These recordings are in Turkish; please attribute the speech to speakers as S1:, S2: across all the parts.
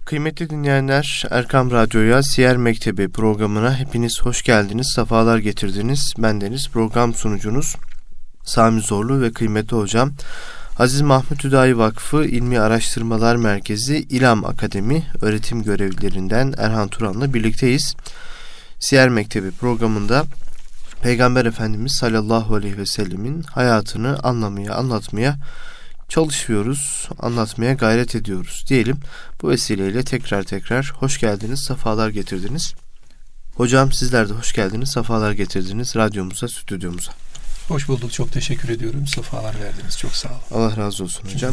S1: Kıymetli dinleyenler, Erkam Radyo'ya Siyer Mektebi programına hepiniz hoş geldiniz, sefalar getirdiniz. Bendeniz program sunucunuz Sami Zorlu ve kıymetli hocam Aziz Mahmut Hüdayi Vakfı İlmi Araştırmalar Merkezi İLAM Akademi öğretim görevlilerinden Erhan Turan'la birlikteyiz. Siyer Mektebi programında Peygamber Efendimiz sallallahu aleyhi ve sellemin hayatını anlamaya, anlatmaya çalışıyoruz, anlatmaya gayret ediyoruz diyelim. Bu vesileyle tekrar hoş geldiniz, sefalar getirdiniz. Hocam sizler de hoş geldiniz, sefalar getirdiniz radyomuza, stüdyomuza.
S2: Hoş bulduk, çok teşekkür ediyorum. Sefalar verdiniz, çok sağ olun.
S1: Allah razı olsun hocam.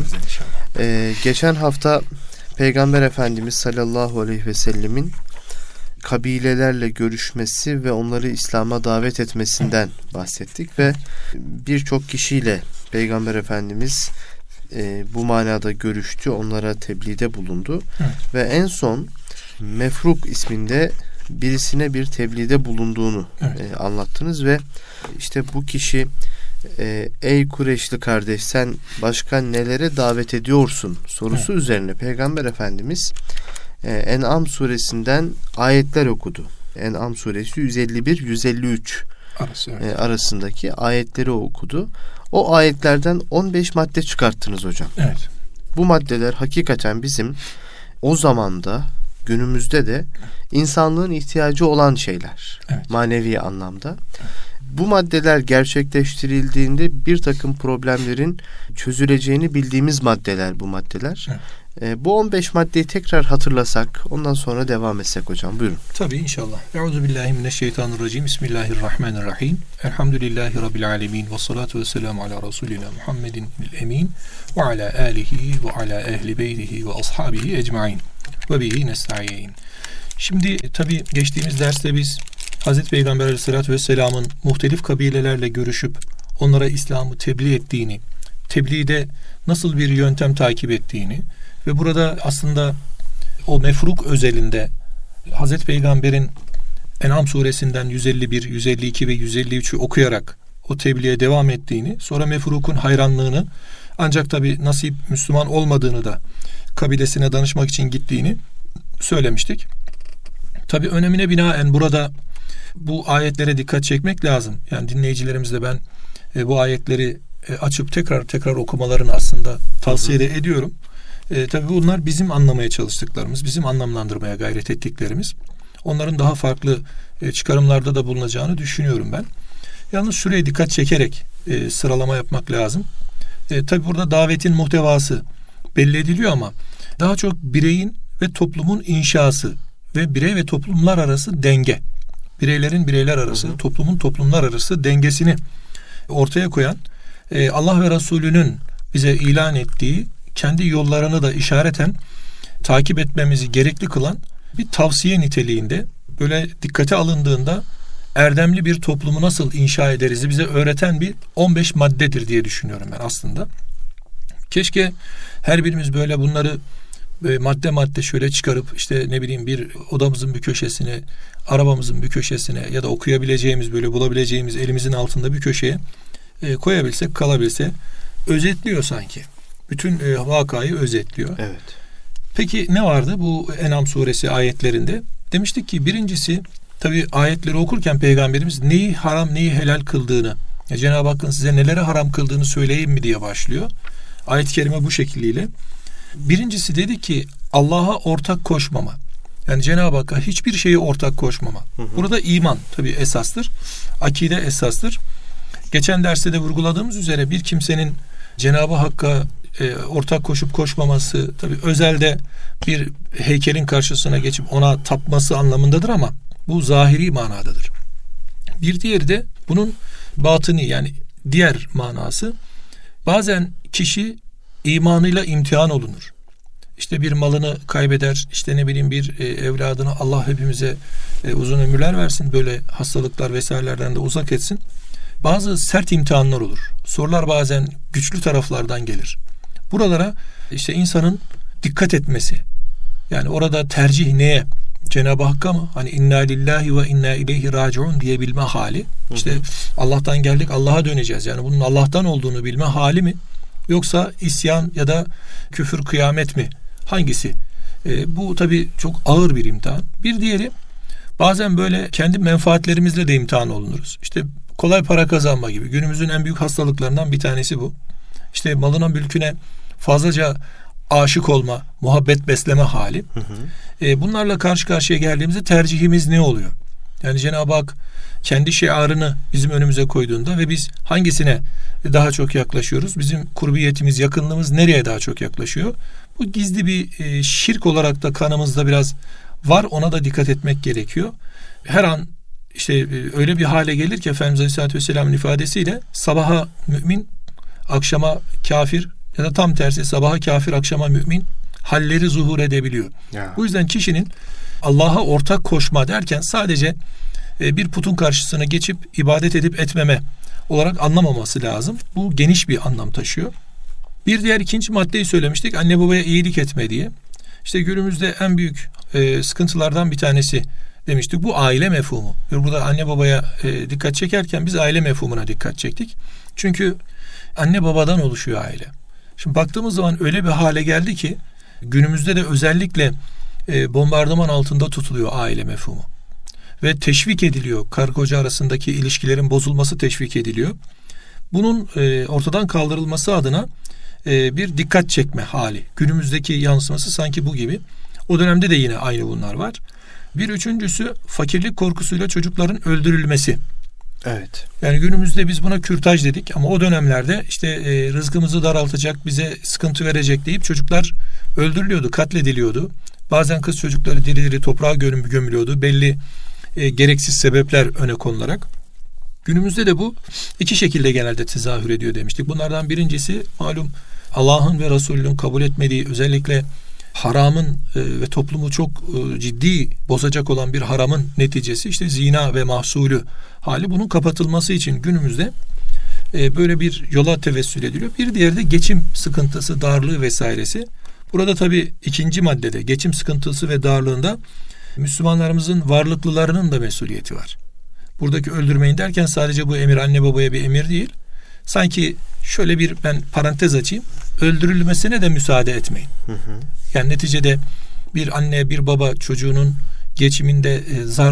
S1: Geçen hafta Peygamber Efendimiz sallallahu aleyhi ve sellemin kabilelerle görüşmesi ve onları İslam'a davet etmesinden bahsettik ve birçok kişiyle Peygamber Efendimiz bu manada görüştü, onlara tebliğde bulundu. Ve en son Mefruk isminde birisine bir tebliğde bulunduğunu anlattınız ve işte bu kişi ey Kureyşli kardeş sen başka nelere davet ediyorsun sorusu üzerine Peygamber Efendimiz En'am suresinden ayetler okudu. En'am suresi 151-153 arasındaki ayetleri okudu. O ayetlerden 15 madde çıkarttınız hocam.
S2: Evet.
S1: Bu maddeler hakikaten bizim o zamanda, günümüzde de insanlığın ihtiyacı olan şeyler. Evet. Manevi anlamda. Evet. Bu maddeler gerçekleştirildiğinde bir takım problemlerin çözüleceğini bildiğimiz maddeler bu maddeler. Evet. Bu 15 maddeyi tekrar hatırlasak, ondan sonra devam etsek hocam. Buyurun.
S2: Tabii inşallah. Euzubillahimineşşeytanirracim. Bismillahirrahmanirrahim. Elhamdülillahi Rabbil alemin. Ve salatu ve selamu ala Resulina Muhammedin emin. Ve ala alihi ve ala ehli beytihi ve ashabihi ecmain. Ve bihi nesta'in. Şimdi tabii geçtiğimiz derste biz Hazreti Peygamber Aleyhisselatü Vesselam'ın muhtelif kabilelerle görüşüp onlara İslam'ı tebliğ ettiğini, tebliğde nasıl bir yöntem takip ettiğini ve burada aslında o Mefruk özelinde Hazreti Peygamber'in En'am suresinden 151, 152 ve 153'ü okuyarak o tebliğe devam ettiğini, sonra Mefruk'un hayranlığını, ancak tabii nasip Müslüman olmadığını da kabilesine danışmak için gittiğini söylemiştik. Tabii önemine binaen burada bu ayetlere dikkat çekmek lazım. Yani dinleyicilerimizle ben bu ayetleri açıp tekrar okumalarını aslında tavsiye de ediyorum. Tabii bunlar bizim anlamaya çalıştıklarımız, bizim anlamlandırmaya gayret ettiklerimiz. Onların daha farklı çıkarımlarda da bulunacağını düşünüyorum ben. Yalnız şuraya dikkat çekerek sıralama yapmak lazım. Tabii burada davetin muhtevası belli ediliyor ama daha çok bireyin ve toplumun inşası ve birey ve toplumlar arası denge. Bireylerin bireyler arası, toplumun toplumlar arası dengesini ortaya koyan Allah ve Resulü'nün bize ilan ettiği kendi yollarını da işareten takip etmemizi gerekli kılan bir tavsiye niteliğinde, böyle dikkate alındığında erdemli bir toplumu nasıl inşa ederiz bize öğreten bir 15 maddedir diye düşünüyorum ben aslında. Keşke her birimiz böyle bunları madde madde şöyle çıkarıp işte ne bileyim bir odamızın bir köşesine, arabamızın bir köşesine ya da okuyabileceğimiz, böyle bulabileceğimiz elimizin altında bir köşeye koyabilsek, kalabilse. Özetliyor sanki. Bütün vakayı özetliyor. Evet. Peki ne vardı bu En'am suresi ayetlerinde? Demiştik ki birincisi, tabii ayetleri okurken Peygamberimiz neyi haram neyi helal kıldığını, Cenab-ı Hakk'ın size neleri haram kıldığını söyleyeyim mi diye başlıyor. Ayet-i kerime bu şekliyle. Birincisi dedi ki Allah'a ortak koşmama. Yani Cenab-ı Hakk'a hiçbir şeye ortak koşmama. Burada iman tabii esastır. Akide esastır. Geçen derste de vurguladığımız üzere bir kimsenin Cenab-ı Hakk'a ortak koşup koşmaması tabii özelde bir heykelin karşısına geçip ona tapması anlamındadır ama bu zahiri manadadır. Bir diğeri de bunun batıni, yani diğer manası, bazen kişi imanıyla imtihan olunur. İşte bir malını kaybeder, işte ne bileyim bir evladını, Allah hepimize uzun ömürler versin, böyle hastalıklar vesairelerden de uzak etsin. Bazı sert imtihanlar olur. Sorular bazen güçlü taraflardan gelir. Buralara işte insanın dikkat etmesi. Yani orada tercih neye? Cenab-ı Hakk'a mı? Hani inna lillahi ve inna ileyhi raciun diyebilme hali. İşte Allah'tan geldik, Allah'a döneceğiz. Yani bunun Allah'tan olduğunu bilme hali mi? Yoksa isyan ya da küfür, kıyamet mi? Hangisi Bu tabii çok ağır bir imtihan. Bir diğeri, bazen böyle kendi menfaatlerimizle de imtihan olunuruz. İşte kolay para kazanma gibi. Günümüzün en büyük hastalıklarından bir tanesi bu. İşte malına mülküne fazlaca aşık olma, muhabbet besleme hali. Bunlarla karşı karşıya geldiğimizde tercihimiz ne oluyor? Yani Cenab-ı Hak kendi şiarını bizim önümüze koyduğunda ve biz hangisine daha çok yaklaşıyoruz? Bizim kurbiyetimiz, yakınlığımız nereye daha çok yaklaşıyor? Bu gizli bir şirk olarak da kanımızda biraz var. Ona da dikkat etmek gerekiyor. Her an işte öyle bir hale gelir ki Efendimiz Aleyhisselatü Vesselam'ın ifadesiyle sabaha mümin, akşama kafir ya da tam tersi sabaha kafir, akşama mümin halleri zuhur edebiliyor. Ya. Bu yüzden kişinin Allah'a ortak koşma derken sadece bir putun karşısına geçip ibadet edip etmeme olarak anlamaması lazım. Bu geniş bir anlam taşıyor. Bir diğer ikinci maddeyi söylemiştik. Anne babaya iyilik etme diye. İşte günümüzde en büyük sıkıntılardan bir tanesi demiştik. Bu aile mefhumu. Burada anne babaya dikkat çekerken biz aile mefhumuna dikkat çektik. Çünkü anne babadan oluşuyor aile. Şimdi baktığımız zaman öyle bir hale geldi ki günümüzde de özellikle bombardıman altında tutuluyor aile mefhumu. Ve teşvik ediliyor. Karı koca arasındaki ilişkilerin bozulması teşvik ediliyor. Bunun ortadan kaldırılması adına bir dikkat çekme hali. Günümüzdeki yansıması sanki bu gibi. O dönemde de yine aynı bunlar var. Bir üçüncüsü fakirlik korkusuyla çocukların öldürülmesi.
S1: Evet.
S2: Yani günümüzde biz buna kürtaj dedik ama o dönemlerde işte rızkımızı daraltacak, bize sıkıntı verecek deyip çocuklar öldürülüyordu, katlediliyordu. Bazen kız çocukları diri diri toprağa gömülüyordu. Belli gereksiz sebepler öne konularak. Günümüzde de bu iki şekilde genelde tezahür ediyor demiştik. Bunlardan birincisi malum Allah'ın ve Resulünün kabul etmediği, özellikle haramın ve toplumu çok ciddi bozacak olan bir haramın neticesi işte zina ve mahsulü hali. Bunun kapatılması için günümüzde böyle bir yola tevessül ediliyor. Bir diğeri de geçim sıkıntısı, darlığı vesairesi. Burada tabii ikinci maddede geçim sıkıntısı ve darlığında Müslümanlarımızın varlıklılarının da mesuliyeti var. Buradaki öldürmeyin derken sadece bu emir anne babaya bir emir değil. Sanki şöyle bir ben parantez açayım. Öldürülmesine de müsaade etmeyin. Yani neticede bir anne bir baba çocuğunun geçiminde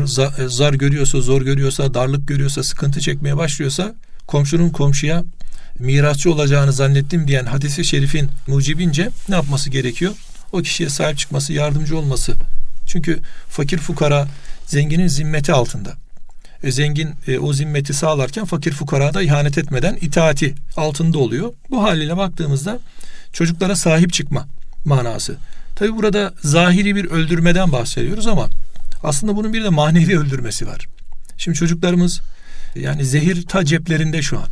S2: zar görüyorsa, zor görüyorsa, darlık görüyorsa, sıkıntı çekmeye başlıyorsa komşunun komşuya mirasçı olacağını zannettim diyen hadis-i şerifin mucibince ne yapması gerekiyor? O kişiye sahip çıkması, yardımcı olması. Çünkü fakir fukara zenginin zimmeti altında. Zengin o zimmeti sağlarken fakir fukara da ihanet etmeden itaati altında oluyor. Bu haliyle baktığımızda çocuklara sahip çıkma manası. Tabi burada zahiri bir öldürmeden bahsediyoruz ama aslında bunun bir de manevi öldürmesi var. Şimdi çocuklarımız yani zehir ta ceplerinde şu an.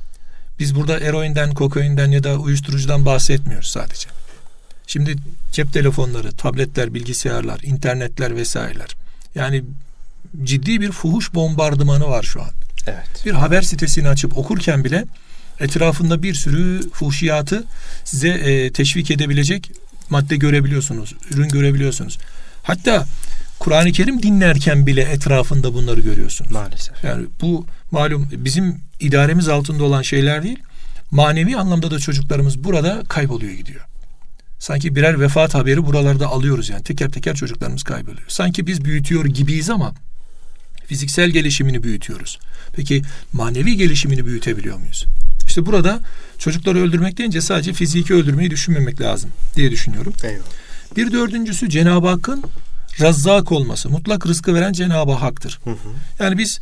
S2: Biz burada eroinden, kokainden ya da uyuşturucudan bahsetmiyoruz sadece. Şimdi cep telefonları, tabletler, bilgisayarlar, internetler vesaireler. Yani ciddi bir fuhuş bombardımanı var şu an.
S1: Evet.
S2: Bir haber sitesini açıp okurken bile etrafında bir sürü fuhşiyatı size teşvik edebilecek madde görebiliyorsunuz, ürün görebiliyorsunuz. Hatta Kur'an-ı Kerim dinlerken bile etrafında bunları görüyorsunuz.
S1: Maalesef.
S2: Yani bu malum bizim idaremiz altında olan şeyler değil. Manevi anlamda da çocuklarımız burada kayboluyor gidiyor. Sanki birer vefat haberi buralarda alıyoruz yani. Teker teker çocuklarımız kayboluyor. Sanki biz büyütüyor gibiyiz ama fiziksel gelişimini büyütüyoruz. Peki manevi gelişimini büyütebiliyor muyuz? İşte burada çocukları öldürmek deyince sadece fiziki öldürmeyi düşünmemek lazım diye düşünüyorum.
S1: Eyvallah.
S2: Bir dördüncüsü Cenab-ı Hakk'ın Razzak olması. Mutlak rızkı veren Cenab-ı Hak'tır. Yani biz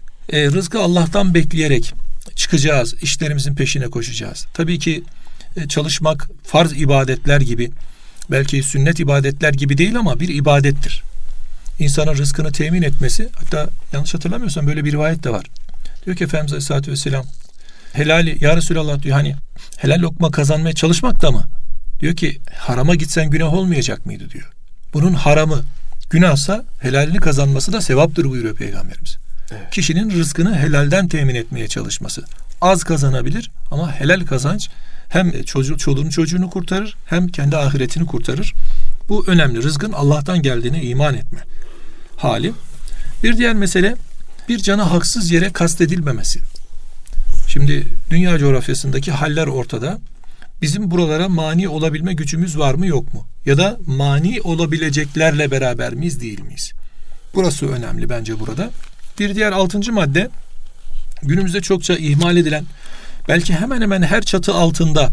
S2: rızkı Allah'tan bekleyerek çıkacağız. İşlerimizin peşine koşacağız. Tabii ki çalışmak farz ibadetler gibi, belki sünnet ibadetler gibi değil ama bir ibadettir. İnsanın rızkını temin etmesi, hatta yanlış hatırlamıyorsam böyle bir rivayet de var. Diyor ki Efendimiz Aleyhisselatü Vesselam, helali ya Resulallah diyor, hani helal lokma kazanmaya çalışmak da mı? Diyor ki harama gitsen günah olmayacak mıydı diyor. Bunun haramı günahsa helalini kazanması da sevaptır buyuruyor Peygamberimiz. Evet. Kişinin rızkını helalden temin etmeye çalışması. Az kazanabilir ama helal kazanç hem çoluğunu çocuğunu kurtarır hem kendi ahiretini kurtarır. Bu önemli. Rızkın Allah'tan geldiğine iman etme hali. Bir diğer mesele bir cana haksız yere kastedilmemesi. Şimdi dünya coğrafyasındaki haller ortada. bizim buralara mani olabilme gücümüz var mı yok mu? Ya da mani olabileceklerle beraber miyiz değil miyiz? Burası önemli bence burada. Bir diğer 6. madde, günümüzde çokça ihmal edilen, belki hemen hemen her çatı altında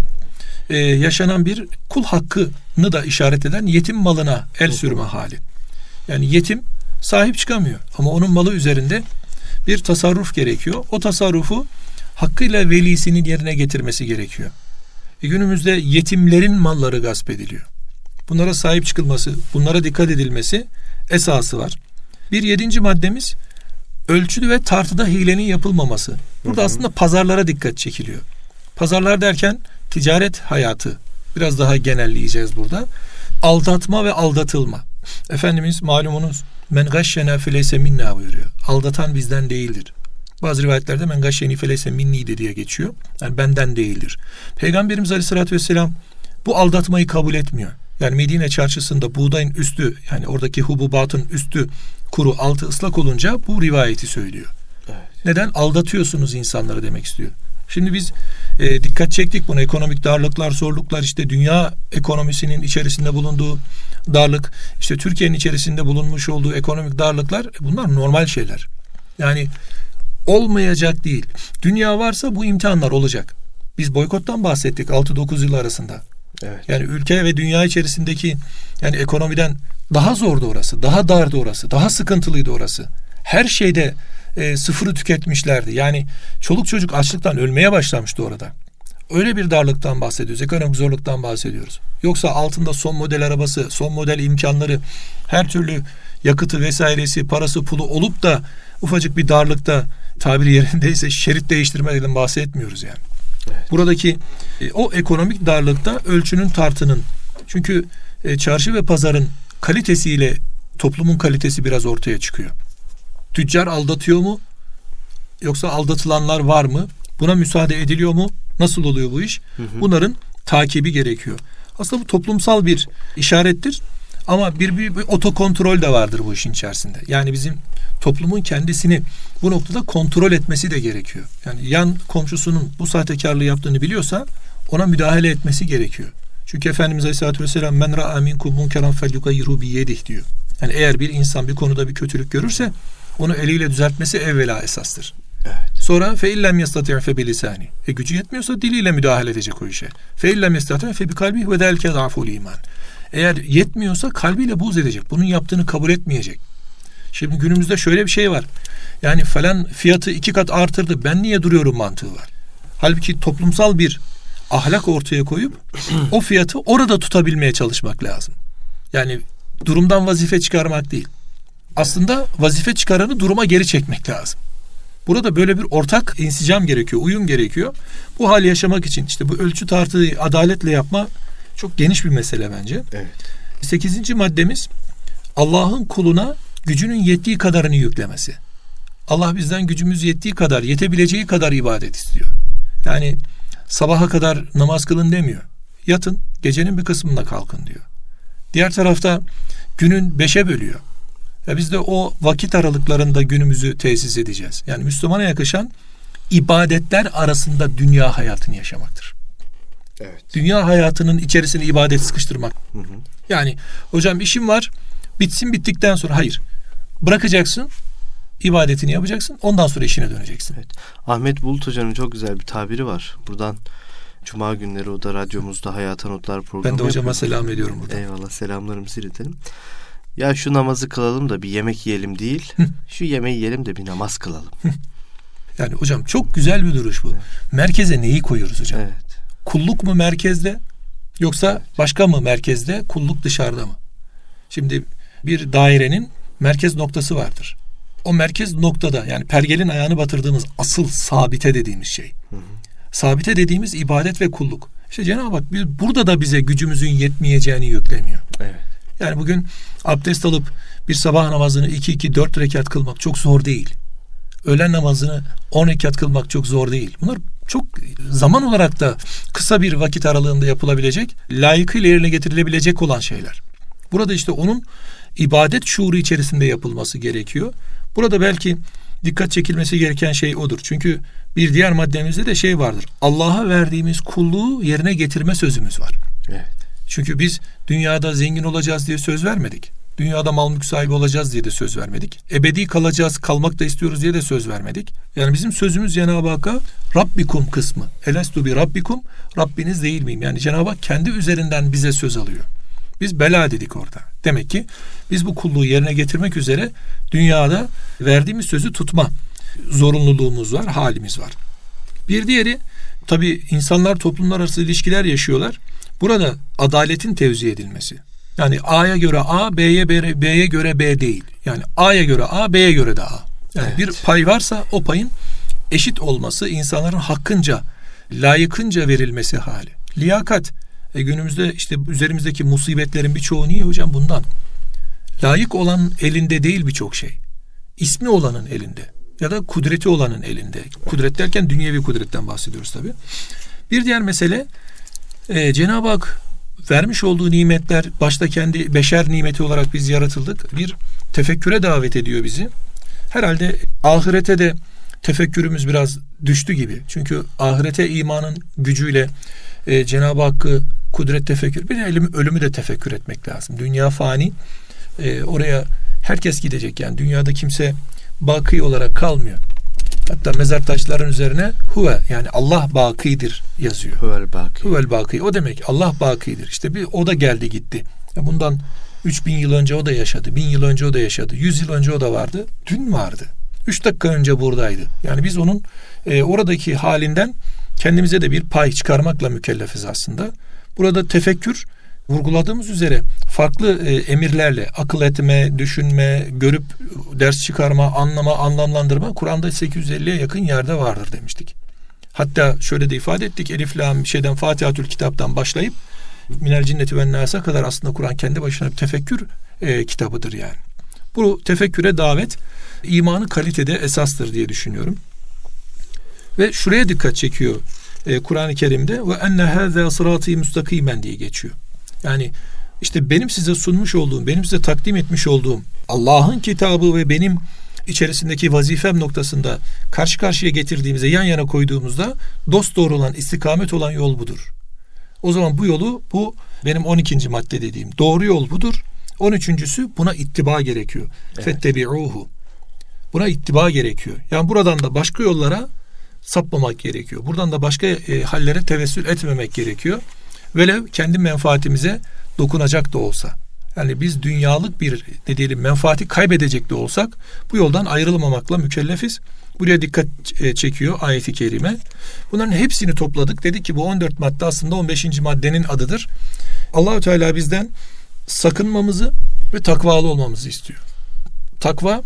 S2: yaşanan bir kul hakkını da işaret eden yetim malına el sürme hali. Yani yetim sahip çıkamıyor ama onun malı üzerinde bir tasarruf gerekiyor. O tasarrufu hakkıyla velisinin yerine getirmesi gerekiyor. Günümüzde yetimlerin malları gasp ediliyor. Bunlara sahip çıkılması, bunlara dikkat edilmesi esası var. Bir 7. maddemiz, ölçü ve tartıda hilenin yapılmaması. Burada aslında pazarlara dikkat çekiliyor. Pazarlar derken ticaret hayatı, biraz daha genelleyeceğiz burada. Aldatma ve aldatılma. Efendimiz malumunuz men gashşena feleyse minna buyuruyor. Aldatan bizden değildir. Bazı rivayetlerde men gashşeni feleyse minni diye geçiyor. Yani benden değildir. Peygamberimiz Aleyhisselatü Vesselam bu aldatmayı kabul etmiyor. Yani Medine çarşısında buğdayın üstü, yani oradaki hububatın üstü kuru, altı ıslak olunca bu rivayeti söylüyor. Evet. Neden? Aldatıyorsunuz insanları demek istiyor. Şimdi biz dikkat çektik buna. Ekonomik darlıklar, zorluklar, işte dünya ekonomisinin içerisinde bulunduğu darlık, işte Türkiye'nin içerisinde bulunmuş olduğu ekonomik darlıklar, bunlar normal şeyler. Yani olmayacak değil. Dünya varsa bu imtihanlar olacak. Biz boykottan bahsettik 6-9 yıl arasında. Evet. Yani ülke ve dünya içerisindeki yani ekonomiden daha zordu orası, daha dardı orası, daha sıkıntılıydı orası. Her şeyde sıfırı tüketmişlerdi. Yani çoluk çocuk açlıktan ölmeye başlamıştı orada. Öyle bir darlıktan bahsediyoruz. Ekonomik zorluktan bahsediyoruz. Yoksa altında son model arabası, son model imkanları, her türlü yakıtı vesairesi, parası, pulu olup da ufacık bir darlıkta, tabiri yerindeyse şerit değiştirmeden bahsetmiyoruz yani. Evet. Buradaki o ekonomik darlıkta ölçünün, tartının, çünkü çarşı ve pazarın kalitesiyle toplumun kalitesi biraz ortaya çıkıyor. Tüccar aldatıyor mu? Yoksa aldatılanlar var mı? Buna müsaade ediliyor mu? Nasıl oluyor bu iş? Bunların takibi gerekiyor. Aslında bu toplumsal bir işarettir. Ama bir otokontrol de vardır bu işin içerisinde. Yani bizim toplumun kendisini bu noktada kontrol etmesi de gerekiyor. Yani yan komşusunun bu sahtekarlığı yaptığını biliyorsa ona müdahale etmesi gerekiyor. Çünkü Efendimiz Aleyhisselatü Vesselam men ra'a minkum munkeran felyughayyirhu biyedih diyor. Yani eğer bir insan bir konuda bir kötülük görürse onu eliyle düzeltmesi evvela esastır. Evet. Sonra fe illem yastati' fe bilisani. Gücü yetmiyorsa diliyle müdahale edecek o işe. Fe illem yastati' fe bi kalbihi ve zelke zaful iman. Eğer yetmiyorsa kalbiyle buğz edecek. Bunun yaptığını kabul etmeyecek. Şimdi günümüzde şöyle bir şey var. Yani falan fiyatı 2 kat artırdı, ben niye duruyorum mantığı var. Halbuki toplumsal bir ahlak ortaya koyup o fiyatı orada tutabilmeye çalışmak lazım. Yani durumdan vazife çıkarmak değil. Aslında vazife çıkaranı duruma geri çekmek lazım. Burada böyle bir ortak insicam gerekiyor, uyum gerekiyor. Bu hali yaşamak için işte bu ölçü tartıyı adaletle yapma çok geniş bir mesele bence. Evet. 8. maddemiz Allah'ın kuluna gücünün yettiği kadarını yüklemesi. Allah bizden gücümüz yettiği kadar, yetebileceği kadar ibadet istiyor. Yani sabaha kadar namaz kılın demiyor. Yatın, gecenin bir kısmında kalkın diyor. Diğer tarafta günün 5'e bölüyor. Ve biz de o vakit aralıklarında günümüzü tesis edeceğiz. Yani Müslümana yakışan ibadetler arasında dünya hayatını yaşamaktır. Evet. Dünya hayatının içerisine ibadet sıkıştırmak. Hı hı. Yani hocam işim var, bittikten sonra hayır. Bırakacaksın, ibadetini yapacaksın, ondan sonra işine döneceksin.
S1: Evet. Ahmet Bulut Hoca'nın çok güzel bir tabiri var. Buradan Cuma günleri o da radyomuzda Hayata Notlar programı
S2: Ben de hocama yapıyorum. Selam ediyorum burada.
S1: Eyvallah, selamlarımızı iletelim. Ya şu namazı kılalım da bir yemek yiyelim değil, şu yemeği yiyelim de bir namaz kılalım.
S2: Yani hocam çok güzel bir duruş bu. Evet. Merkeze neyi koyuyoruz hocam? Evet. Kulluk mu merkezde yoksa başka mı merkezde, kulluk dışarıda mı? Şimdi bir dairenin merkez noktası vardır. O merkez noktada yani pergelin ayağını batırdığımız asıl sabite dediğimiz şey. Hı hı. Sabite dediğimiz ibadet ve kulluk. İşte Cenab-ı Hak burada da bize gücümüzün yetmeyeceğini yüklemiyor. Evet. Yani bugün abdest alıp bir sabah namazını 2-4 rekat kılmak çok zor değil. Öğlen namazını 10 rekat kılmak çok zor değil. Bunlar çok zaman olarak da kısa bir vakit aralığında yapılabilecek, layıkıyla yerine getirilebilecek olan şeyler. Burada işte onun ibadet şuuru içerisinde yapılması gerekiyor. Burada belki dikkat çekilmesi gereken şey odur. Çünkü bir diğer maddemizde de şey vardır. Allah'a verdiğimiz kulluğu yerine getirme sözümüz var.
S1: Evet.
S2: Çünkü biz dünyada zengin olacağız diye söz vermedik. Dünyada mal mülk sahibi olacağız diye de söz vermedik. Ebedi kalacağız, kalmak da istiyoruz diye de söz vermedik. Yani bizim sözümüz Cenab-ı Hakk'a Rabbikum kısmı. Elestu bi Rabbikum, Rabbiniz değil miyim? Yani Cenab-ı Hak kendi üzerinden bize söz alıyor. Biz bela dedik orada. Demek ki biz bu kulluğu yerine getirmek üzere dünyada verdiğimiz sözü tutma zorunluluğumuz var, halimiz var. Bir diğeri, tabii insanlar toplumlar arası ilişkiler yaşıyorlar. Burada adaletin tevzi edilmesi. Yani A'ya göre A, B'ye göre B değil. Yani A'ya göre A, B'ye göre de A. Yani
S1: Evet.
S2: bir pay varsa o payın eşit olması, insanların hakkınca, layıkınca verilmesi hali. Liyakat, günümüzde işte üzerimizdeki musibetlerin birçoğu niye hocam? Bundan. Layık olan elinde değil birçok şey. İsmi olanın elinde ya da kudreti olanın elinde. Kudret derken dünyevi kudretten bahsediyoruz tabii. Bir diğer mesele, Cenab-ı Hak vermiş olduğu nimetler, başta kendi beşer nimeti olarak biz yaratıldık. Bir tefekküre davet ediyor bizi. Herhalde ahirete de tefekkürümüz biraz düştü gibi. Çünkü ahirete imanın gücüyle Cenab-ı Hakk'ı kudret tefekkür, bir de ölümü de tefekkür etmek lazım. Dünya fani, oraya herkes gidecek. Yani dünyada kimse baki olarak kalmıyor. Hatta mezar taşların üzerine huve, yani Allah bakidir yazıyor.
S1: Huvel baki.
S2: Huvel baki. O demek Allah bakidir. İşte o da geldi gitti. Bundan 3000 yıl önce o da yaşadı. 1000 yıl önce o da yaşadı. 100 yıl önce o da vardı. Dün vardı. 3 dakika önce buradaydı. Yani biz onun oradaki halinden kendimize de bir pay çıkarmakla mükellefiz aslında. Burada tefekkür, vurguladığımız üzere farklı emirlerle akıl etme, düşünme, görüp ders çıkarma, anlama, anlamlandırma Kur'an'da 850'ye yakın yerde vardır demiştik. Hatta şöyle de ifade ettik. Elif Lam Fatihatül Kitap'tan başlayıp Minel Cinneti ve Nas'a kadar aslında Kur'an kendi başına bir tefekkür kitabıdır yani. Bu tefekküre davet imanı kalitede esastır diye düşünüyorum. Ve şuraya dikkat çekiyor Kur'an-ı Kerim'de ve enne hâzâ sırâtî müstakîmen diye geçiyor. Yani işte benim size sunmuş olduğum, benim size takdim etmiş olduğum Allah'ın kitabı ve benim içerisindeki vazifem noktasında karşı karşıya getirdiğimizde, yan yana koyduğumuzda dosdoğru olan, istikamet olan yol budur. O zaman bu benim 12. madde dediğim doğru yol budur. 13.'sü buna ittiba gerekiyor.
S1: Evet.
S2: Fettebi'uhu. Buna ittiba gerekiyor. Yani buradan da başka yollara sapmamak gerekiyor. Buradan da başka hallere tevessül etmemek gerekiyor. Velev kendi menfaatimize dokunacak da olsa. Yani biz dünyalık bir menfaati kaybedecek de olsak bu yoldan ayrılmamakla mükellefiz. Buraya dikkat çekiyor ayet-i kerime. Bunların hepsini topladık. Dedik ki bu 14 madde aslında 15. maddenin adıdır. Allah-u Teala bizden sakınmamızı ve takvalı olmamızı istiyor. Takva,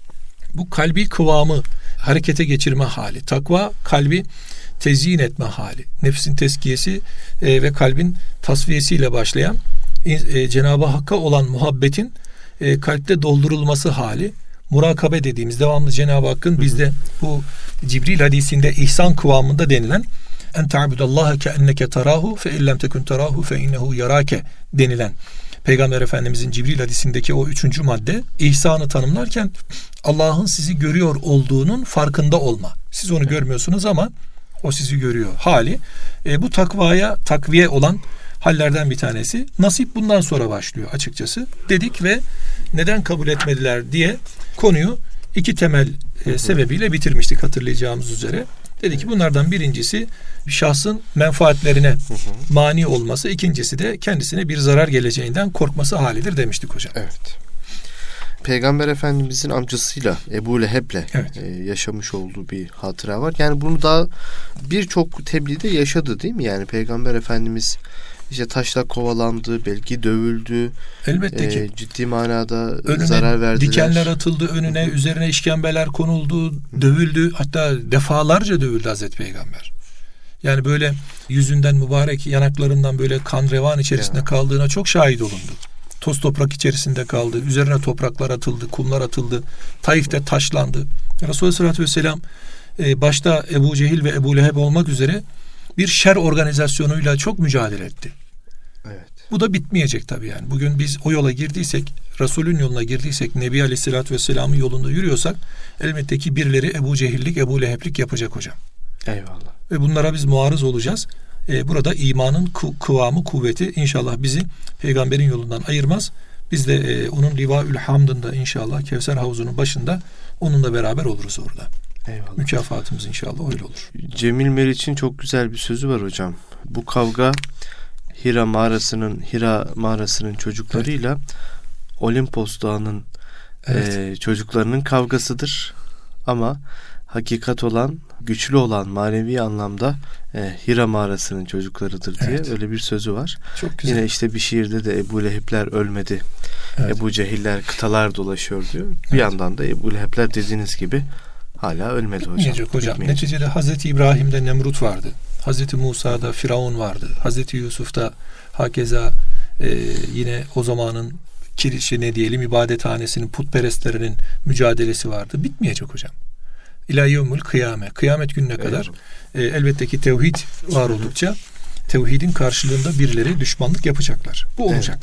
S2: bu kalbi kıvamı harekete geçirme hali. Takva, kalbi tezyin etme hali. Nefsin tezkiyesi ve kalbin tasfiyesiyle başlayan Cenab-ı Hakk'a olan muhabbetin kalpte doldurulması hali. Murakabe dediğimiz, devamlı Cenab-ı Hakk'ın bizde bu Cibril hadisinde ihsan kıvamında denilen en ta'budallaha keenneke tarahu fe illem tekun tarahu fe innehu yarake denilen Peygamber Efendimizin Cibril hadisindeki o 3. madde, ihsanı tanımlarken Allah'ın sizi görüyor olduğunun farkında olma. Siz onu görmüyorsunuz ama o sizi görüyor hali. Bu takvaya takviye olan hallerden bir tanesi. Nasip bundan sonra başlıyor açıkçası dedik ve neden kabul etmediler diye konuyu 2 temel sebebiyle bitirmiştik hatırlayacağımız üzere. Dedi ki bunlardan birincisi şahsın menfaatlerine mani olması, ikincisi de kendisine bir zarar geleceğinden korkması halidir demiştik hocam.
S1: Evet. Peygamber Efendimizin amcasıyla Ebu Leheb'le yaşamış olduğu bir hatıra var. Yani bunu daha birçok tebliğde yaşadı değil mi? Yani Peygamber Efendimiz işte taşla kovalandı, belki dövüldü.
S2: Elbette ki.
S1: Ciddi manada
S2: önüne
S1: zarar verdiler. Dikenler
S2: atıldı önüne, üzerine işkembeler konuldu, dövüldü. Hatta defalarca dövüldü Hazreti Peygamber. Yani böyle yüzünden mübarek yanaklarından böyle kan revan içerisinde kaldığına çok şahit olundu. Toz toprak içerisinde kaldı. Üzerine topraklar atıldı, kumlar atıldı. Taif'te taşlandı. Resulullah Aleyhisselatü Vesselam başta Ebu Cehil ve Ebu Leheb olmak üzere bir şer organizasyonuyla çok mücadele etti.
S1: Evet.
S2: Bu da bitmeyecek tabii yani. Bugün biz o yola girdiysek Resulün yoluna girdiysek, Nebi Aleyhisselatü Vesselam'ın yolunda yürüyorsak elbette ki birileri Ebu Cehillik, Ebu Leheblik yapacak hocam.
S1: Eyvallah.
S2: Ve bunlara biz muarız olacağız. Burada imanın kıvamı, kuvveti inşallah bizi peygamberin yolundan ayırmaz. Biz de onun Livaül Hamd'ında inşallah Kevser Havuzu'nun başında onunla beraber oluruz orada.
S1: Eyvallah.
S2: Mükafatımız inşallah öyle olur.
S1: Cemil Meriç'in çok güzel bir sözü var hocam. Bu kavga Hira mağarasının çocuklarıyla Olimpos Dağı'nın çocuklarının kavgasıdır. Ama hakikat olan, güçlü olan manevi anlamda Hira mağarasının çocuklarıdır diye öyle bir sözü var.
S2: Çok güzel.
S1: Yine işte bir şiirde de Ebu Lehebler ölmedi. Ebu Cehiller kıtalar dolaşıyor diyor. Bir yandan da Ebu Lehebler dediğiniz gibi hala ölmedi hocam.
S2: Neticede Hazreti İbrahim'de Nemrut vardı. Hazreti Musa'da Firavun vardı. Hazreti Yusuf'ta hakeza yine o zamanın ibadethanesinin, putperestlerinin mücadelesi vardı. Bitmeyecek hocam. İlâ yevmül kıyame. Kıyamet gününe kadar elbette ki tevhid var oldukça tevhidin karşılığında birileri düşmanlık yapacaklar. Bu olacak.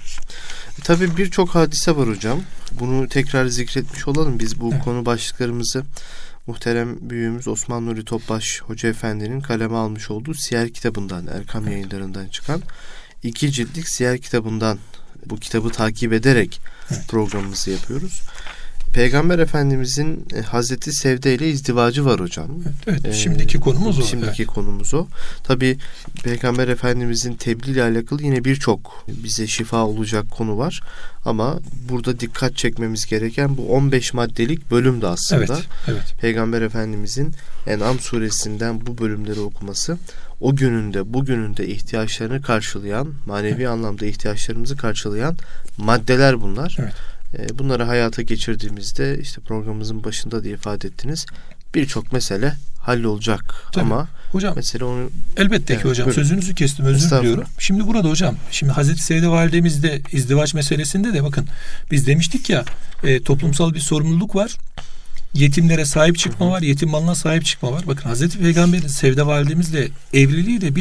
S1: Tabii birçok hadise var hocam. Bunu tekrar zikretmiş olalım. Biz bu konu başlıklarımızı muhterem büyüğümüz Osman Nuri Topbaş Hoca Efendi'nin kaleme almış olduğu Siyer kitabından, Erkam Yayınları'ndan çıkan 2 ciltlik Siyer kitabından bu kitabı takip ederek programımızı yapıyoruz. Peygamber Efendimizin Hazreti Sevde ile izdivacı var hocam.
S2: Evet, şimdiki konumuz o.
S1: Konumuz o. Tabii Peygamber Efendimizin tebliğ ile alakalı yine birçok bize şifa olacak konu var. Ama burada dikkat çekmemiz gereken bu 15 maddelik bölüm de aslında.
S2: Evet.
S1: Peygamber Efendimizin En'am suresinden bu bölümleri okuması o gününde, bugününde ihtiyaçlarını karşılayan, manevi anlamda ihtiyaçlarımızı karşılayan maddeler bunlar.
S2: Evet.
S1: Bunları hayata geçirdiğimizde işte programımızın başında da ifade ettiniz. Birçok mesele hallolacak. Tabii. Ama
S2: hocam,
S1: mesele onu...
S2: Elbette ki hocam. Buyurun. Sözünüzü kestim. Özür diliyorum. Şimdi burada hocam, Hazreti Sevde Validemizde izdivaç meselesinde de bakın biz demiştik ya toplumsal bir sorumluluk var. Yetimlere sahip çıkma var. Yetim malına sahip çıkma var. Bakın Hazreti Peygamber'in Sevde Validemizle evliliği de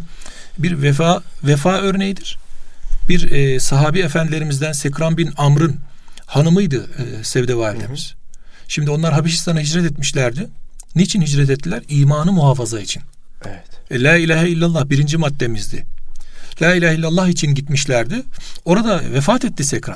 S2: bir vefa örneğidir. Bir sahabi efendilerimizden Sekran bin Amr'ın hanımıydı Sevde Validemiz. Şimdi onlar Habeşistan'a hicret etmişlerdi. Niçin hicret ettiler? İmanı muhafaza için.
S1: Evet.
S2: La ilahe illallah 1. maddemizdi. La ilahe illallah için gitmişlerdi. Orada vefat etti Sekran.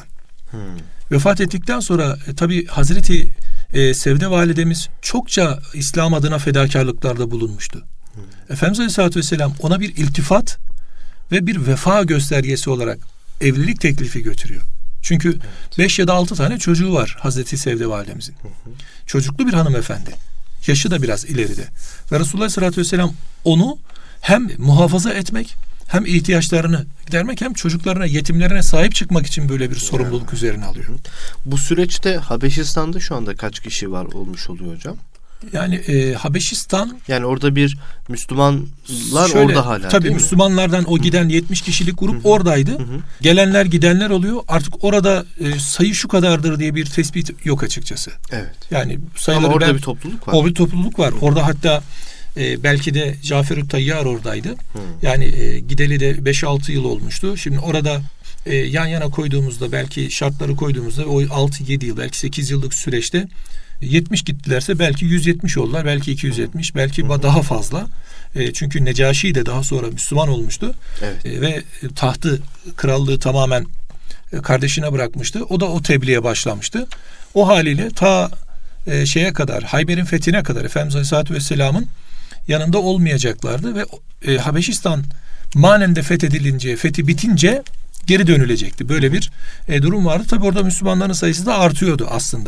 S2: Vefat ettikten sonra tabi Hazreti Sevde Validemiz çokça İslam adına fedakarlıklarda bulunmuştu. Efendimiz Aleyhisselatü Vesselam ona bir iltifat ve bir vefa göstergesi olarak evlilik teklifi götürüyor. Çünkü 5 ya da 6 tane çocuğu var Hazreti Sevde Validemizin. Çocuklu bir hanımefendi. Yaşı da biraz ileride. Ve Resulullah Aleyhisselatü Vesselam onu hem muhafaza etmek, hem ihtiyaçlarını gidermek, hem çocuklarına, yetimlerine sahip çıkmak için böyle bir sorumluluk üzerine alıyor.
S1: Bu süreçte Habeşistan'da şu anda kaç kişi var olmuş oluyor hocam?
S2: Yani Habeşistan...
S1: Yani orada bir Müslümanlar orada hala
S2: tabii
S1: değil
S2: Müslümanlardan mi? O giden 70 kişilik grup oradaydı. Gelenler gidenler oluyor. Artık orada sayı şu kadardır diye bir tespit yok açıkçası.
S1: Evet.
S2: Yani
S1: ama orada bir topluluk var.
S2: O bir topluluk var. Orada hatta belki de Cafer-ü Tayyar oradaydı. Yani gideli de 5-6 yıl olmuştu. Şimdi orada yan yana koyduğumuzda, belki şartları koyduğumuzda o 6-7 yıl, belki 8 yıllık süreçte 70 gittilerse belki 170 oldular, belki 270, belki daha fazla. Çünkü Necaşi de daha sonra Müslüman olmuştu.
S1: Evet.
S2: Ve tahtı, krallığı tamamen kardeşine bırakmıştı. O da o tebliğe başlamıştı. O haliyle ta şeye kadar, Hayber'in fethine kadar Efendimiz Aleyhisselatü Vesselam'ın yanında olmayacaklardı ve Habeşistan manen de fethedilince, fethi bitince geri dönülecekti. Böyle bir durum vardı. Tabi orada Müslümanların sayısı da artıyordu aslında.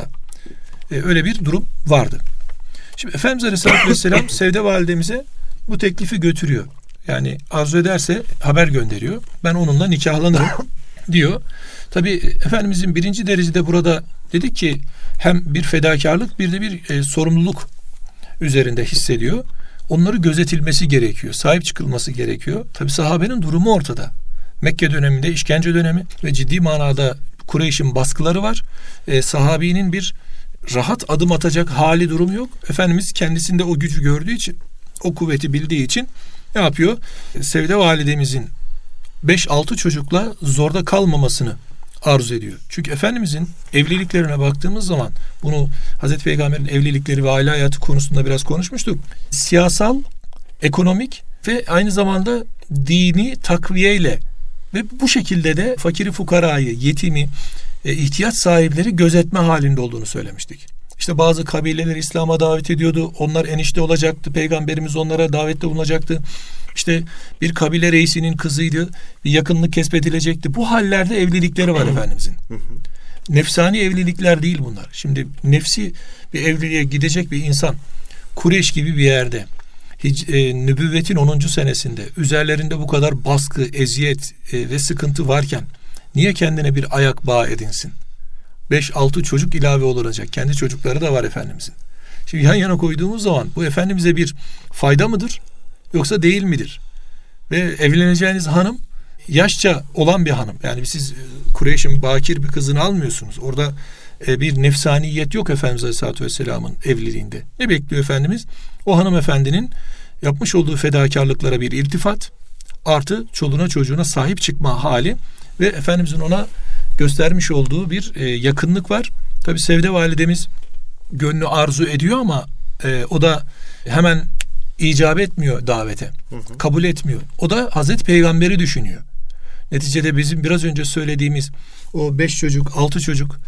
S2: Öyle bir durum vardı. Şimdi Efendimiz Aleyhisselatü Vesselam Sevde Validemize bu teklifi götürüyor. Yani arzu ederse haber gönderiyor. Ben onunla nikahlanırım diyor. Tabi Efendimizin birinci derecede burada dedik ki hem bir fedakarlık, bir de bir sorumluluk üzerinde hissediyor. Onları gözetilmesi gerekiyor. Sahip çıkılması gerekiyor. Tabi sahabenin durumu ortada. Mekke döneminde işkence dönemi ve ciddi manada Kureyş'in baskıları var. Sahabinin bir rahat adım atacak hali, durum yok. Efendimiz kendisinde o gücü gördüğü için, o kuvveti bildiği için ne yapıyor? Sevde Validemizin 5-6 çocukla zorda kalmamasını arzu ediyor. Çünkü Efendimizin evliliklerine baktığımız zaman, bunu Hazreti Peygamber'in evlilikleri ve aile hayatı konusunda biraz konuşmuştuk. Siyasal, ekonomik ve aynı zamanda dini takviyeyle ve bu şekilde de fakiri fukarayı, yetimi, ihtiyaç sahipleri gözetme halinde olduğunu söylemiştik. İşte bazı kabileler İslam'a davet ediyordu. Onlar enişte olacaktı. Peygamberimiz onlara davette bulunacaktı. İşte bir kabile reisinin kızıydı. Bir yakınlık kesbedilecekti. Bu hallerde evlilikleri var Efendimizin. Nefsani evlilikler değil bunlar. Şimdi nefsi bir evliliğe gidecek bir insan Kureyş gibi bir yerde nübüvvetin 10. senesinde üzerlerinde bu kadar baskı, eziyet ve sıkıntı varken niye kendine bir ayak bağı edinsin? 5-6 çocuk ilave olacak. Kendi çocukları da var Efendimizin. Şimdi yan yana koyduğumuz zaman bu Efendimiz'e bir fayda mıdır? Yoksa değil midir? Ve evleneceğiniz hanım yaşça olan bir hanım. Yani siz Kureyş'in bakir bir kızını almıyorsunuz. Orada bir nefsaniyet yok Efendimiz Aleyhisselatü Vesselam'ın evliliğinde. Ne bekliyor Efendimiz? O hanımefendinin yapmış olduğu fedakarlıklara bir iltifat, artı çoluğuna çocuğuna sahip çıkma hali ve Efendimizin ona göstermiş olduğu bir yakınlık var. Tabi Sevde validemiz gönlü arzu ediyor ama o da hemen icap etmiyor davete. Kabul etmiyor. O da Hazreti Peygamber'i düşünüyor. Neticede bizim biraz önce söylediğimiz o 5 çocuk, 6 çocuk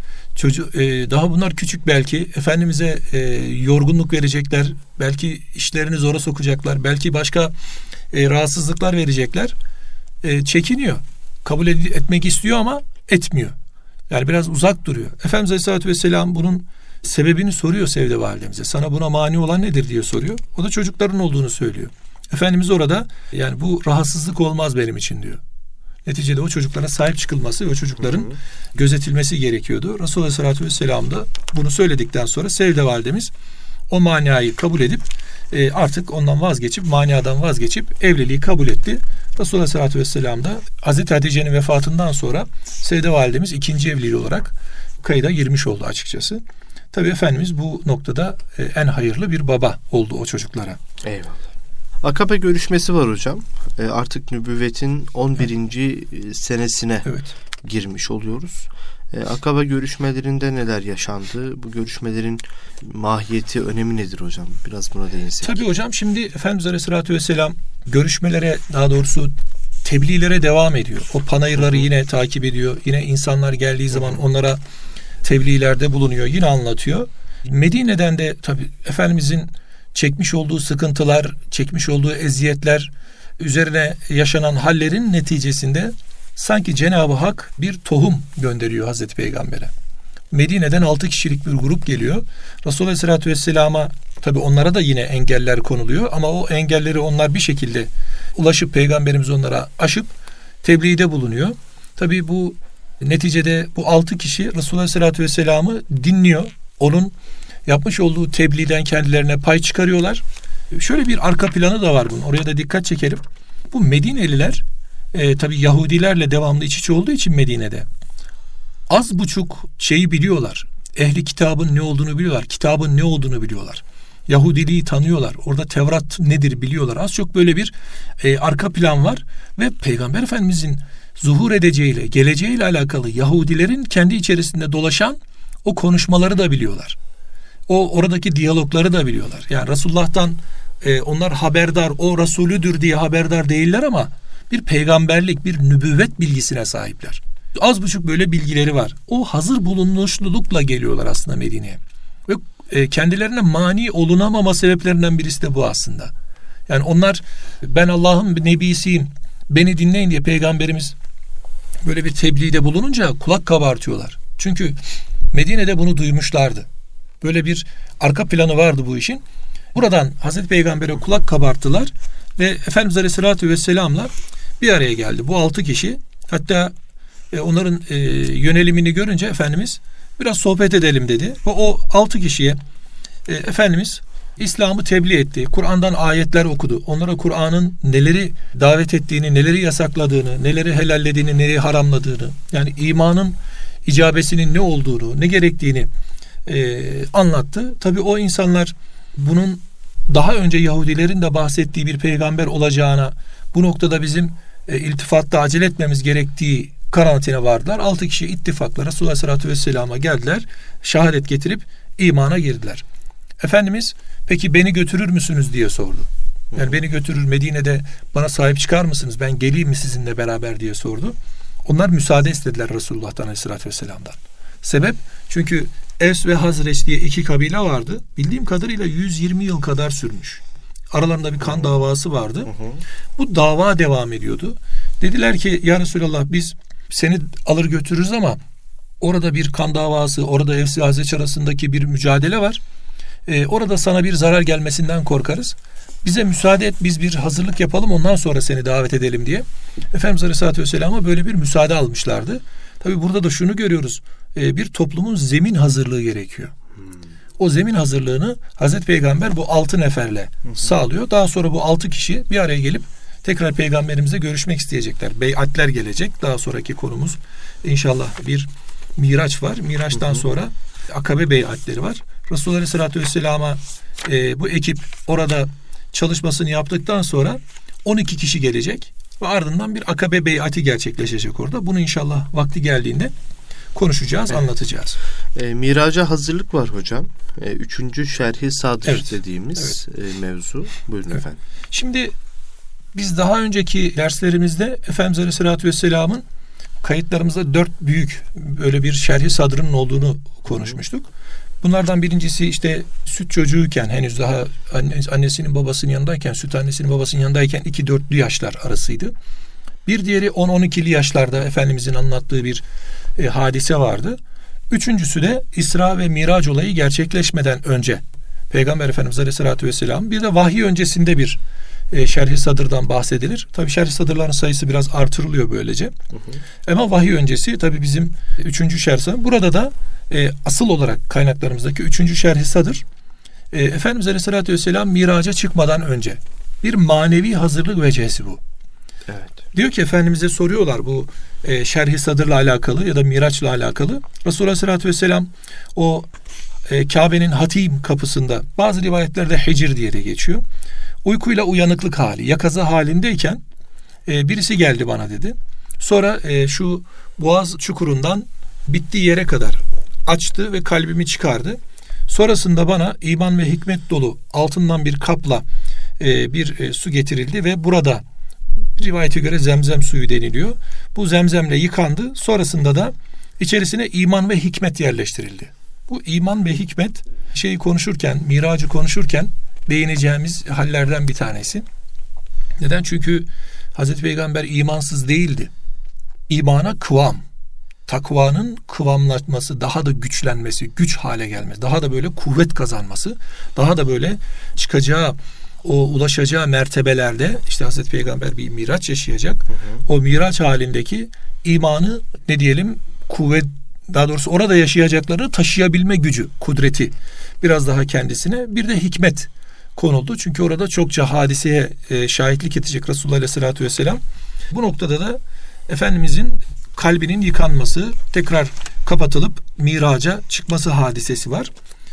S2: daha bunlar küçük belki. Efendimiz'e yorgunluk verecekler. Belki işlerini zora sokacaklar. Belki başka rahatsızlıklar verecekler. Çekiniyor. Kabul etmek istiyor ama etmiyor. Yani biraz uzak duruyor. Efendimiz Aleyhisselatü Vesselam bunun sebebini soruyor Sevde validemize. Sana buna mani olan nedir diye soruyor. O da çocukların olduğunu söylüyor. Efendimiz orada yani bu rahatsızlık olmaz benim için diyor. Neticede o çocuklara sahip çıkılması ve o çocukların gözetilmesi gerekiyordu. Resulullah Aleyhisselatü Vesselam da bunu söyledikten sonra Sevde validemiz o maniayı kabul edip artık ondan vazgeçip, maniadan vazgeçip evliliği kabul etti. Resulullah Aleyhisselatü Vesselam da Hazreti Hatice'nin vefatından sonra Sevde validemiz ikinci evliliği olarak kayıda girmiş oldu açıkçası. Tabii Efendimiz bu noktada en hayırlı bir baba oldu o çocuklara.
S1: Eyvallah. Akabe görüşmesi var hocam. Artık nübüvvetin 11. senesine girmiş oluyoruz. Akabe görüşmelerinde neler yaşandı? Bu görüşmelerin mahiyeti, önemi nedir hocam? Biraz buna değinsek.
S2: Tabii hocam, şimdi Efendimiz Aleyhisselatü Vesselam görüşmelere, daha doğrusu tebliğlere devam ediyor. O panayırları yine takip ediyor. Yine insanlar geldiği zaman onlara tebliğlerde bulunuyor. Yine anlatıyor. Medine'den de tabii Efendimizin çekmiş olduğu sıkıntılar, çekmiş olduğu eziyetler, üzerine yaşanan hallerin neticesinde sanki Cenab-ı Hak bir tohum gönderiyor Hazreti Peygamber'e. Medine'den 6 kişilik bir grup geliyor. Resulullah Aleyhisselatü Vesselam'a tabii onlara da yine engeller konuluyor ama o engelleri onlar bir şekilde ulaşıp Peygamberimiz onlara aşıp tebliğde bulunuyor. Tabii bu neticede bu 6 kişi Resulullah Aleyhisselatü Vesselam'ı dinliyor. Onun yapmış olduğu tebliğden kendilerine pay çıkarıyorlar. Şöyle bir arka planı da var bunun. Oraya da dikkat çekelim. Bu Medineliler tabii Yahudilerle devamlı iç içe olduğu için Medine'de az buçuk şeyi biliyorlar. Ehli kitabın ne olduğunu biliyorlar. Kitabın ne olduğunu biliyorlar. Yahudiliği tanıyorlar. Orada Tevrat nedir biliyorlar. Az çok böyle bir arka plan var ve Peygamber Efendimizin zuhur edeceğiyle, geleceğiyle alakalı Yahudilerin kendi içerisinde dolaşan o konuşmaları da biliyorlar. Oradaki diyalogları da biliyorlar. Yani Resulullah'tan onlar haberdar, o Resulüdür diye haberdar değiller ama bir peygamberlik, bir nübüvvet bilgisine sahipler. Az buçuk böyle bilgileri var. O hazır bulunuşlulukla geliyorlar aslında Medine'ye. Ve kendilerine mani olunamama sebeplerinden birisi de bu aslında. Yani onlar, ben Allah'ın nebisiyim, beni dinleyin diye Peygamberimiz böyle bir tebliğde bulununca kulak kabartıyorlar. Çünkü Medine'de bunu duymuşlardı. Böyle bir arka planı vardı bu işin. Buradan Hazreti Peygamber'e kulak kabarttılar ve Efendimiz Aleyhisselatü Vesselam'la bir araya geldi. Bu 6 kişi, hatta onların yönelimini görünce Efendimiz biraz sohbet edelim dedi. Ve o 6 kişiye Efendimiz İslam'ı tebliğ etti. Kur'an'dan ayetler okudu. Onlara Kur'an'ın neleri davet ettiğini, neleri yasakladığını, neleri helallediğini, neleri haramladığını, yani imanın icabesinin ne olduğunu, ne gerektiğini anlattı. Tabii o insanlar bunun daha önce Yahudilerin de bahsettiği bir peygamber olacağına, bu noktada bizim iltifatta acele etmemiz gerektiği kanaatine vardılar. 6 kişi ittifakla Resulullah Aleyhisselatü Vesselam'a geldiler. Şehadet getirip imana girdiler. Efendimiz peki beni götürür müsünüz diye sordu. Yani beni götürür, Medine'de bana sahip çıkar mısınız? Ben geleyim mi sizinle beraber diye sordu. Onlar müsaade istediler Resulullah'tan Aleyhisselatü Vesselam'dan. Sebep? Çünkü Evs ve Hazreç diye 2 kabile vardı. Bildiğim kadarıyla 120 yıl kadar sürmüş. Aralarında bir kan davası vardı. Bu dava devam ediyordu. Dediler ki ya Resulallah biz seni alır götürürüz ama orada bir kan davası, orada Evs ve Hazreç arasındaki bir mücadele var. Orada sana bir zarar gelmesinden korkarız. Bize müsaade et, biz bir hazırlık yapalım, ondan sonra seni davet edelim diye. Efendimiz Aleyhisselatü Vesselam'a böyle bir müsaade almışlardı. Tabi burada da şunu görüyoruz. Bir toplumun zemin hazırlığı gerekiyor. O zemin hazırlığını Hazreti Peygamber bu 6 neferle sağlıyor. Daha sonra bu 6 kişi bir araya gelip tekrar Peygamberimizle görüşmek isteyecekler. Beyatler gelecek. Daha sonraki konumuz inşallah bir Miraç var. Miraç'tan sonra Akabe beyatleri var. Resulullah Aleyhisselatü Vesselam'a bu ekip orada çalışmasını yaptıktan sonra 12 kişi gelecek ve ardından bir Akabe beyati gerçekleşecek orada. Bunu inşallah vakti geldiğinde konuşacağız, anlatacağız.
S1: Miraca hazırlık var hocam. 3. Şerh-i Sadr dediğimiz mevzu. Buyurun efendim.
S2: Şimdi biz daha önceki derslerimizde Efendimiz Aleyhisselatü Vesselam'ın kayıtlarımızda 4 büyük böyle bir Şerh-i Sadr'ın olduğunu konuşmuştuk. Bunlardan birincisi işte süt çocuğuyken, henüz daha annesinin babasının yanındayken, süt annesinin babasının yanındayken 2-4'lü yaşlar arasıydı. Bir diğeri 10-12'li yaşlarda Efendimizin anlattığı bir hadise vardı. Üçüncüsü de İsra ve Miraç olayı gerçekleşmeden önce Peygamber Efendimiz Aleyhisselatü Vesselam, bir de vahiy öncesinde bir Şerh-i Sadr'dan bahsedilir. Tabii Şerh-i Sadr'ların sayısı biraz artırılıyor böylece. Ama vahiy öncesi tabii bizim 3. Şerh-i Sadr. Burada da asıl olarak kaynaklarımızdaki 3. Şerh-i Sadr, Efendimiz Aleyhisselatü Vesselam miraca çıkmadan önce bir manevi hazırlık vecihesi bu.
S1: Evet.
S2: Diyor ki Efendimiz'e soruyorlar bu Şerh-i Sadr'la alakalı ya da Miraç'la alakalı. Resulullah Aleyhisselatü Vesselam o Kabe'nin Hatim kapısında, bazı rivayetlerde Hicr diye de geçiyor, uykuyla uyanıklık hali, yakaza halindeyken birisi geldi bana dedi. Sonra şu boğaz çukurundan bittiği yere kadar açtı ve kalbimi çıkardı. Sonrasında bana iman ve hikmet dolu altından bir kapla bir su getirildi ve burada rivayete göre zemzem suyu deniliyor. Bu zemzemle yıkandı. Sonrasında da içerisine iman ve hikmet yerleştirildi. Bu iman ve hikmet şeyi konuşurken, miracı konuşurken değineceğimiz hallerden bir tanesi. Neden? Çünkü Hazreti Peygamber imansız değildi. İmana kıvam, takvanın kıvamlaşması, daha da güçlenmesi, güç hale gelmesi, daha da böyle kuvvet kazanması, daha da böyle çıkacağı, o ulaşacağı mertebelerde işte Hazreti Peygamber bir miraç yaşayacak. O miraç halindeki imanı, ne diyelim, kuvvet, daha doğrusu orada yaşayacakları taşıyabilme gücü, kudreti biraz daha kendisine, bir de hikmet konuldu. Çünkü orada çokça hadiseye şahitlik edecek Resulullah Aleyhisselatü Vesselam. Bu noktada da Efendimizin kalbinin yıkanması, tekrar kapatılıp miraca çıkması hadisesi var.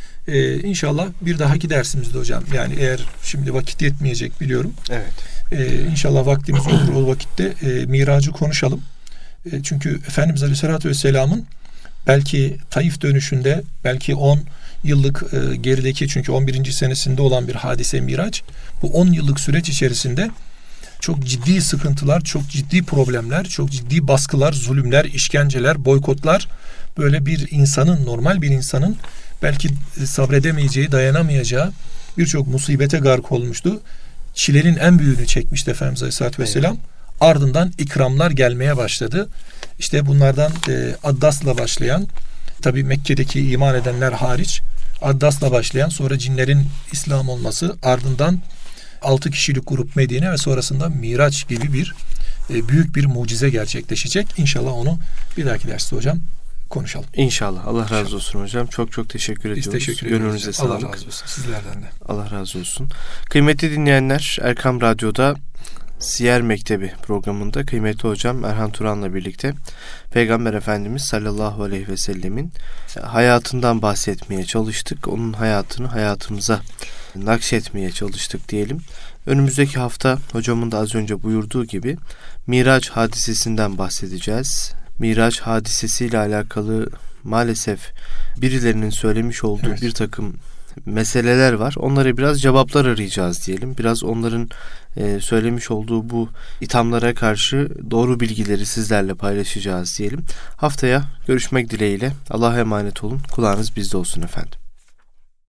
S2: İnşallah bir dahaki dersimizde hocam, yani eğer şimdi vakit yetmeyecek biliyorum.
S1: Evet.
S2: İnşallah vaktimiz olur, o vakitte miracı konuşalım. Çünkü Efendimiz Aleyhisselatü Vesselam'ın belki Taif dönüşünde, belki 10 yıllık gerideki, çünkü 11. senesinde olan bir hadise miraç, bu 10 yıllık süreç içerisinde çok ciddi sıkıntılar, çok ciddi problemler, çok ciddi baskılar, zulümler, işkenceler, boykotlar, böyle bir insanın, normal bir insanın belki sabredemeyeceği, dayanamayacağı birçok musibete gark olmuştu. Çilenin en büyüğünü çekmişti Efendimiz Aleyhisselatü Vesselam. Ardından ikramlar gelmeye başladı. İşte bunlardan Addas'la başlayan, tabi Mekke'deki iman edenler hariç, Addas'la başlayan, sonra cinlerin İslam olması, ardından 6 kişilik grup Medine ve sonrasında Miraç gibi bir büyük bir mucize gerçekleşecek. İnşallah onu bir dahaki derste hocam konuşalım.
S1: İnşallah. Allah razı olsun hocam. Çok çok teşekkür ediyoruz.
S2: Biz teşekkür ediyoruz.
S1: Gönlünüze sağlık.
S2: Allah razı olsun. Sizlerden de.
S1: Allah razı olsun. Kıymetli dinleyenler, Erkam Radyo'da Siyer Mektebi programında kıymetli hocam Erhan Turan'la birlikte Peygamber Efendimiz sallallahu aleyhi ve sellemin hayatından bahsetmeye çalıştık. Onun hayatını hayatımıza nakşetmeye çalıştık diyelim. Önümüzdeki hafta hocamın da az önce buyurduğu gibi Miraç hadisesinden bahsedeceğiz. Miraç hadisesiyle alakalı maalesef birilerinin söylemiş olduğu
S2: Evet.
S1: bir takım meseleler var. Onlara biraz cevaplar arayacağız diyelim. Biraz onların söylemiş olduğu bu ithamlara karşı doğru bilgileri sizlerle paylaşacağız diyelim. Haftaya görüşmek dileğiyle. Allah'a emanet olun. Kulağınız bizde olsun efendim.